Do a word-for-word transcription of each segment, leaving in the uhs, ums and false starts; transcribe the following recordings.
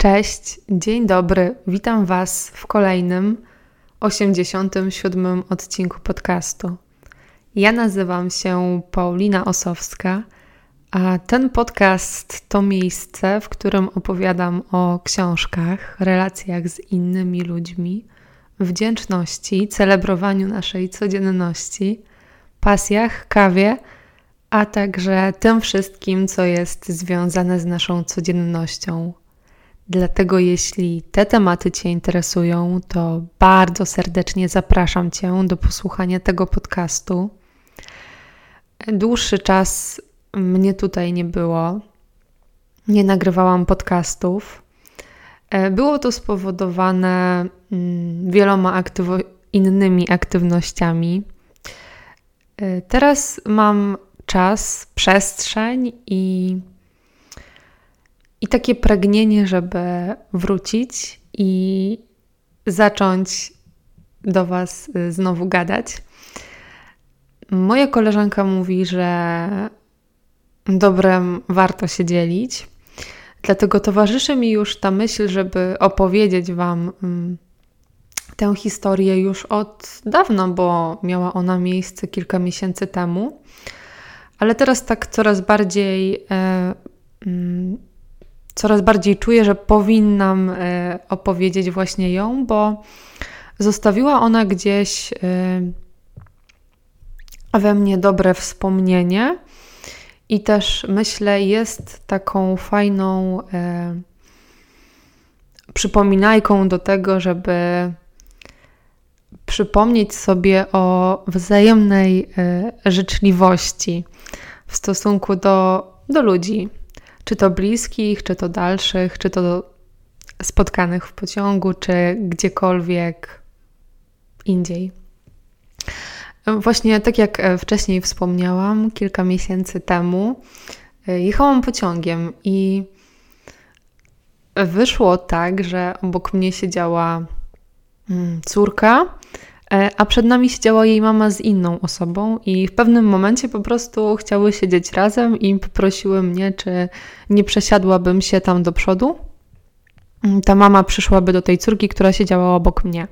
Cześć, dzień dobry, witam Was w kolejnym, osiemdziesiątym siódmym odcinku podcastu. Ja nazywam się Paulina Osowska, a ten podcast to miejsce, w którym opowiadam o książkach, relacjach z innymi ludźmi, wdzięczności, celebrowaniu naszej codzienności, pasjach, kawie, a także tym wszystkim, co jest związane z naszą codziennością. Dlatego jeśli te tematy Cię interesują, to bardzo serdecznie zapraszam Cię do posłuchania tego podcastu. Dłuższy czas mnie tutaj nie było, nie nagrywałam podcastów. Było to spowodowane wieloma aktywo- innymi aktywnościami. Teraz mam czas, przestrzeń i I takie pragnienie, żeby wrócić i zacząć do Was znowu gadać. Moja koleżanka mówi, że dobrem warto się dzielić, dlatego towarzyszy mi już ta myśl, żeby opowiedzieć Wam tę historię już od dawna, bo miała ona miejsce kilka miesięcy temu, ale teraz tak coraz bardziej e, mm, Coraz bardziej czuję, że powinnam y, opowiedzieć właśnie ją, bo zostawiła ona gdzieś y, we mnie dobre wspomnienie i też myślę jest taką fajną y, przypominajką do tego, żeby przypomnieć sobie o wzajemnej y, życzliwości w stosunku do, do ludzi. Czy to bliskich, czy to dalszych, czy to spotkanych w pociągu, czy gdziekolwiek indziej. Właśnie tak jak wcześniej wspomniałam, kilka miesięcy temu jechałam pociągiem i wyszło tak, że obok mnie siedziała córka, a przed nami siedziała jej mama z inną osobą i w pewnym momencie po prostu chciały siedzieć razem i poprosiły mnie, czy nie przesiadłabym się tam do przodu. Ta mama przyszłaby do tej córki, która siedziała obok mnie.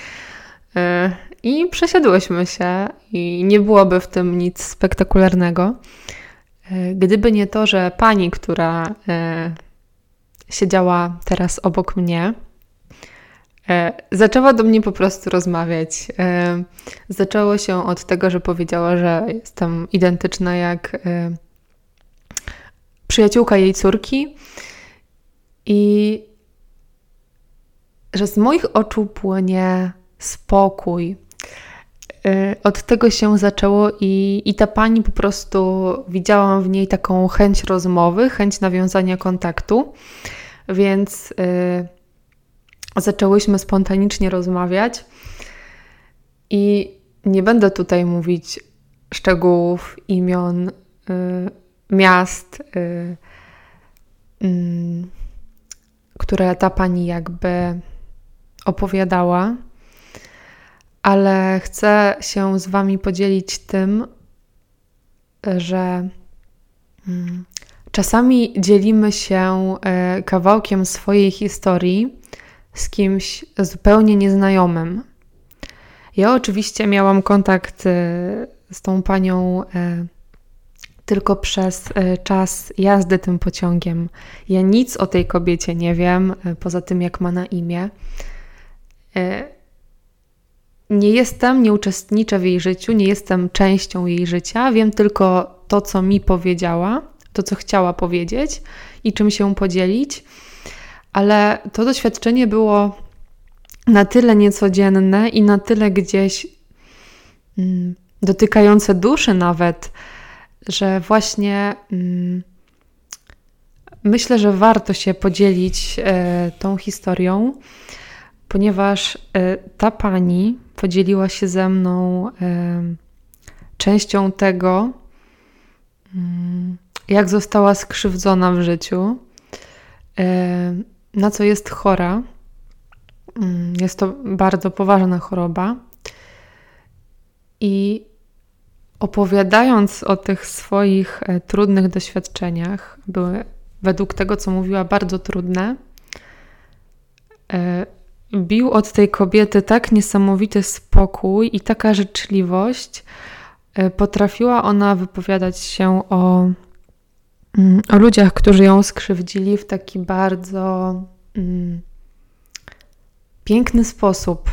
I przesiadłyśmy się i nie byłoby w tym nic spektakularnego. Gdyby nie to, że pani, która siedziała teraz obok mnie, zaczęła do mnie po prostu rozmawiać. Zaczęło się od tego, że powiedziała, że jestem identyczna jak przyjaciółka jej córki i że z moich oczu płynie spokój. Od tego się zaczęło i, i ta pani po prostu widziałam w niej taką chęć rozmowy, chęć nawiązania kontaktu, więc zaczęłyśmy spontanicznie rozmawiać i nie będę tutaj mówić szczegółów, imion, y, miast, y, y, które ta pani jakby opowiadała, ale chcę się z Wami podzielić tym, że y, czasami dzielimy się y, kawałkiem swojej historii z kimś zupełnie nieznajomym. Ja oczywiście miałam kontakt z tą panią tylko przez czas jazdy tym pociągiem. Ja nic o tej kobiecie nie wiem, poza tym jak ma na imię. Nie jestem, nie uczestniczę w jej życiu, nie jestem częścią jej życia. Wiem tylko to, co mi powiedziała, to, co chciała powiedzieć i czym się podzielić. Ale to doświadczenie było na tyle niecodzienne i na tyle gdzieś mm, dotykające duszy nawet, że właśnie mm, myślę, że warto się podzielić e, tą historią, ponieważ e, ta pani podzieliła się ze mną e, częścią tego, mm, jak została skrzywdzona w życiu, e, na co jest chora. Jest to bardzo poważna choroba i opowiadając o tych swoich trudnych doświadczeniach, były według tego, co mówiła, bardzo trudne, bił od tej kobiety tak niesamowity spokój i taka życzliwość. Potrafiła ona wypowiadać się o, o ludziach, którzy ją skrzywdzili w taki bardzo mm, piękny sposób.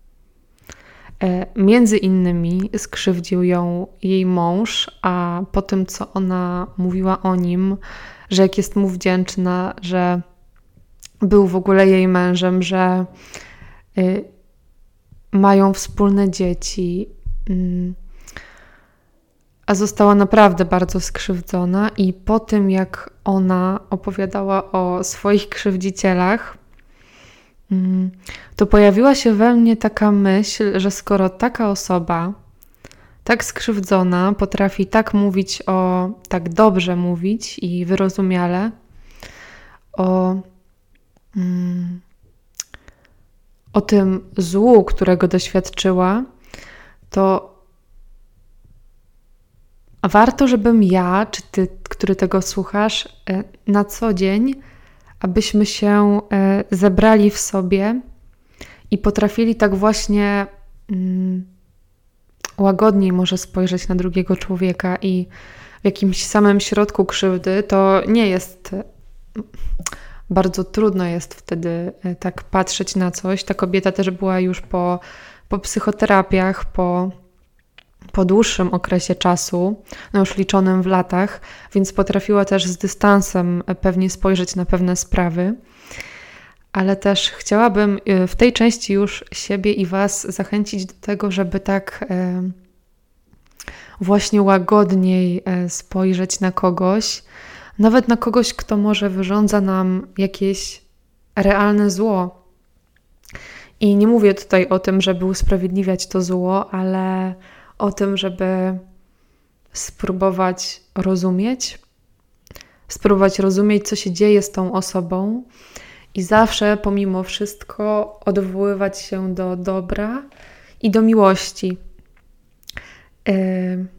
Między innymi skrzywdził ją jej mąż, a po tym, co ona mówiła o nim, że jak jest mu wdzięczna, że był w ogóle jej mężem, że y, mają wspólne dzieci, y, a została naprawdę bardzo skrzywdzona i po tym, jak ona opowiadała o swoich krzywdzicielach, y, to pojawiła się we mnie taka myśl, że skoro taka osoba, tak skrzywdzona, potrafi tak mówić o, tak dobrze mówić i wyrozumiale o o tym złu, którego doświadczyła, to warto, żebym ja, czy ty, który tego słuchasz, na co dzień, abyśmy się zebrali w sobie i potrafili tak właśnie łagodniej może spojrzeć na drugiego człowieka i w jakimś samym środku krzywdy to nie jest... Bardzo trudno jest wtedy tak patrzeć na coś. Ta kobieta też była już po, po psychoterapiach, po, po dłuższym okresie czasu, no już liczonym w latach, więc potrafiła też z dystansem pewnie spojrzeć na pewne sprawy. Ale też chciałabym w tej części już siebie i Was zachęcić do tego, żeby tak właśnie łagodniej spojrzeć na kogoś, nawet na kogoś, kto może wyrządza nam jakieś realne zło. I nie mówię tutaj o tym, żeby usprawiedliwiać to zło, ale o tym, żeby spróbować rozumieć, spróbować rozumieć, co się dzieje z tą osobą i zawsze pomimo wszystko odwoływać się do dobra i do miłości. Yy...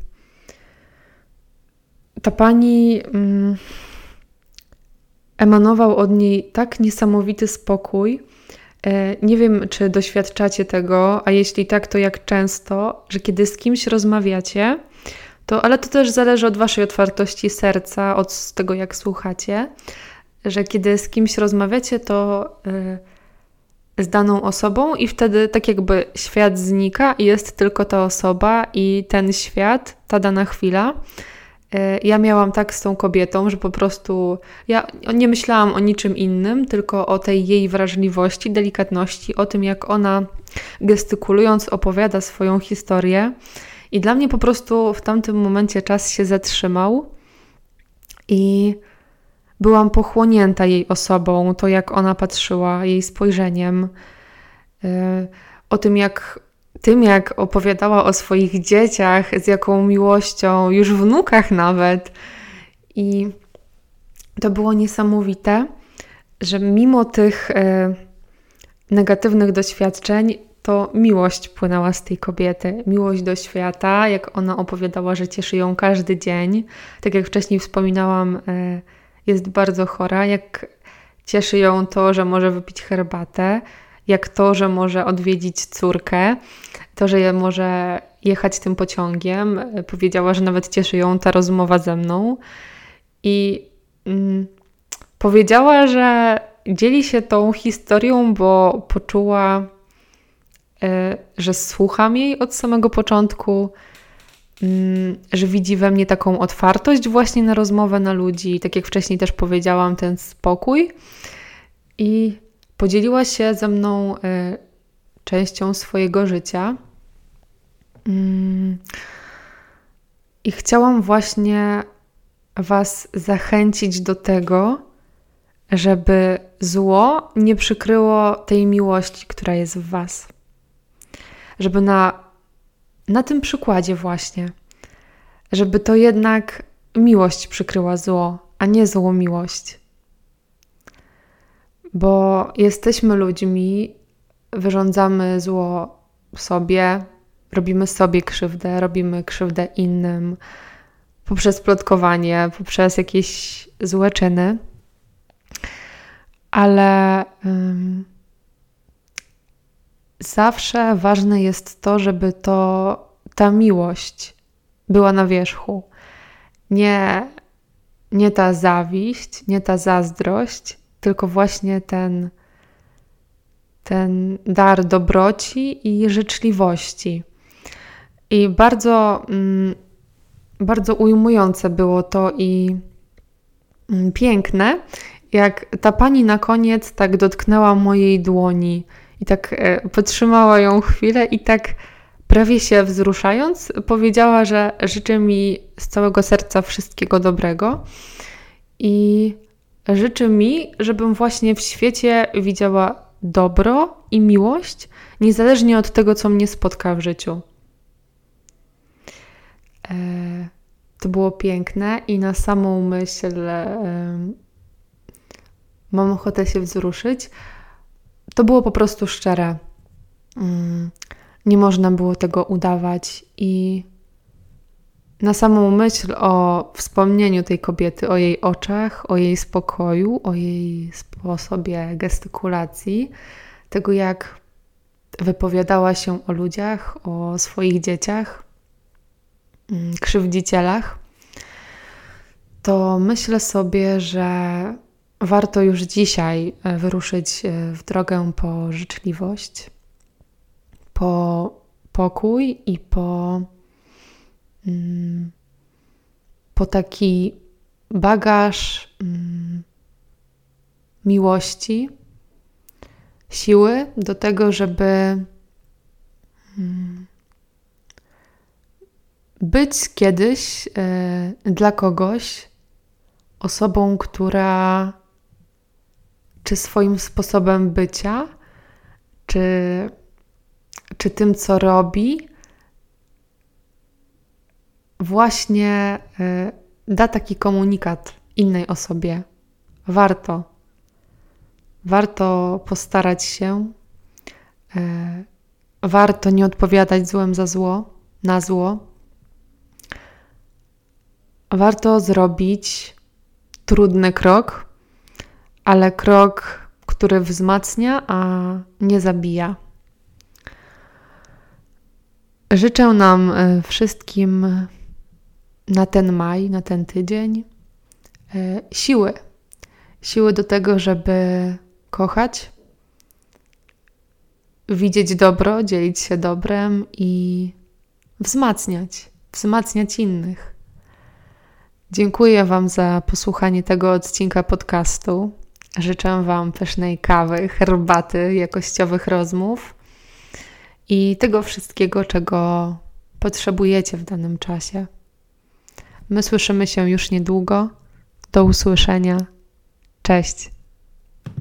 Ta pani mm, emanował od niej tak niesamowity spokój. E, nie wiem, czy doświadczacie tego, a jeśli tak, to jak często, że kiedy z kimś rozmawiacie, to, ale to też zależy od Waszej otwartości serca, od tego, jak słuchacie, że kiedy z kimś rozmawiacie, to y, z daną osobą i wtedy tak jakby świat znika i jest tylko ta osoba i ten świat, ta dana chwila. Ja miałam tak z tą kobietą, że po prostu ja nie myślałam o niczym innym, tylko o tej jej wrażliwości, delikatności, o tym, jak ona gestykulując opowiada swoją historię. I dla mnie po prostu w tamtym momencie czas się zatrzymał i byłam pochłonięta jej osobą, to jak ona patrzyła, jej spojrzeniem, o tym, jak tym, jak opowiadała o swoich dzieciach, z jaką miłością, już wnukach nawet. I to było niesamowite, że mimo tych e, negatywnych doświadczeń, to miłość płynęła z tej kobiety. Miłość do świata, jak ona opowiadała, że cieszy ją każdy dzień. Tak jak wcześniej wspominałam, e, jest bardzo chora. Jak cieszy ją to, że może wypić herbatę, jak to, że może odwiedzić córkę, to, że może jechać tym pociągiem. Powiedziała, że nawet cieszy ją ta rozmowa ze mną. I mm, powiedziała, że dzieli się tą historią, bo poczuła, y, że słucham jej od samego początku, y, że widzi we mnie taką otwartość właśnie na rozmowę na ludzi. Tak jak wcześniej też powiedziałam, ten spokój. I podzieliła się ze mną y, częścią swojego życia. Y, I chciałam właśnie Was zachęcić do tego, żeby zło nie przykryło tej miłości, która jest w Was. Żeby na, na tym przykładzie właśnie, żeby to jednak miłość przykryła zło, a nie zło miłość. Bo jesteśmy ludźmi, wyrządzamy zło sobie, robimy sobie krzywdę, robimy krzywdę innym poprzez plotkowanie, poprzez jakieś złe czyny. Ale ym, zawsze ważne jest to, żeby to, ta miłość była na wierzchu. Nie, nie ta zawiść, nie ta zazdrość, tylko właśnie ten, ten dar dobroci i życzliwości. I bardzo, mm, bardzo ujmujące było to i mm, piękne, jak ta pani na koniec tak dotknęła mojej dłoni i tak e, potrzymała ją chwilę i tak prawie się wzruszając powiedziała, że życzy mi z całego serca wszystkiego dobrego i życzy mi, żebym właśnie w świecie widziała dobro i miłość, niezależnie od tego, co mnie spotka w życiu. E, to było piękne i na samą myśl e, mam ochotę się wzruszyć. To było po prostu szczere. Mm, nie można było tego udawać i na samą myśl o wspomnieniu tej kobiety, o jej oczach, o jej spokoju, o jej sposobie gestykulacji, tego jak wypowiadała się o ludziach, o swoich dzieciach, krzywdzicielach, to myślę sobie, że warto już dzisiaj wyruszyć w drogę po życzliwość, po pokój i po, mm, po taki bagaż mm, miłości, siły do tego, żeby mm, być kiedyś y, dla kogoś osobą, która czy swoim sposobem bycia, czy, czy tym, co robi, właśnie y, da taki komunikat innej osobie. Warto. Warto postarać się. Y, warto nie odpowiadać złem za zło, na zło. Warto zrobić trudny krok, ale krok, który wzmacnia, a nie zabija. Życzę nam wszystkim na ten maj, na ten tydzień siły. Siły do tego, żeby kochać, widzieć dobro, dzielić się dobrem i wzmacniać, wzmacniać innych. Dziękuję Wam za posłuchanie tego odcinka podcastu. Życzę Wam pysznej kawy, herbaty, jakościowych rozmów i tego wszystkiego, czego potrzebujecie w danym czasie. My słyszymy się już niedługo. Do usłyszenia. Cześć.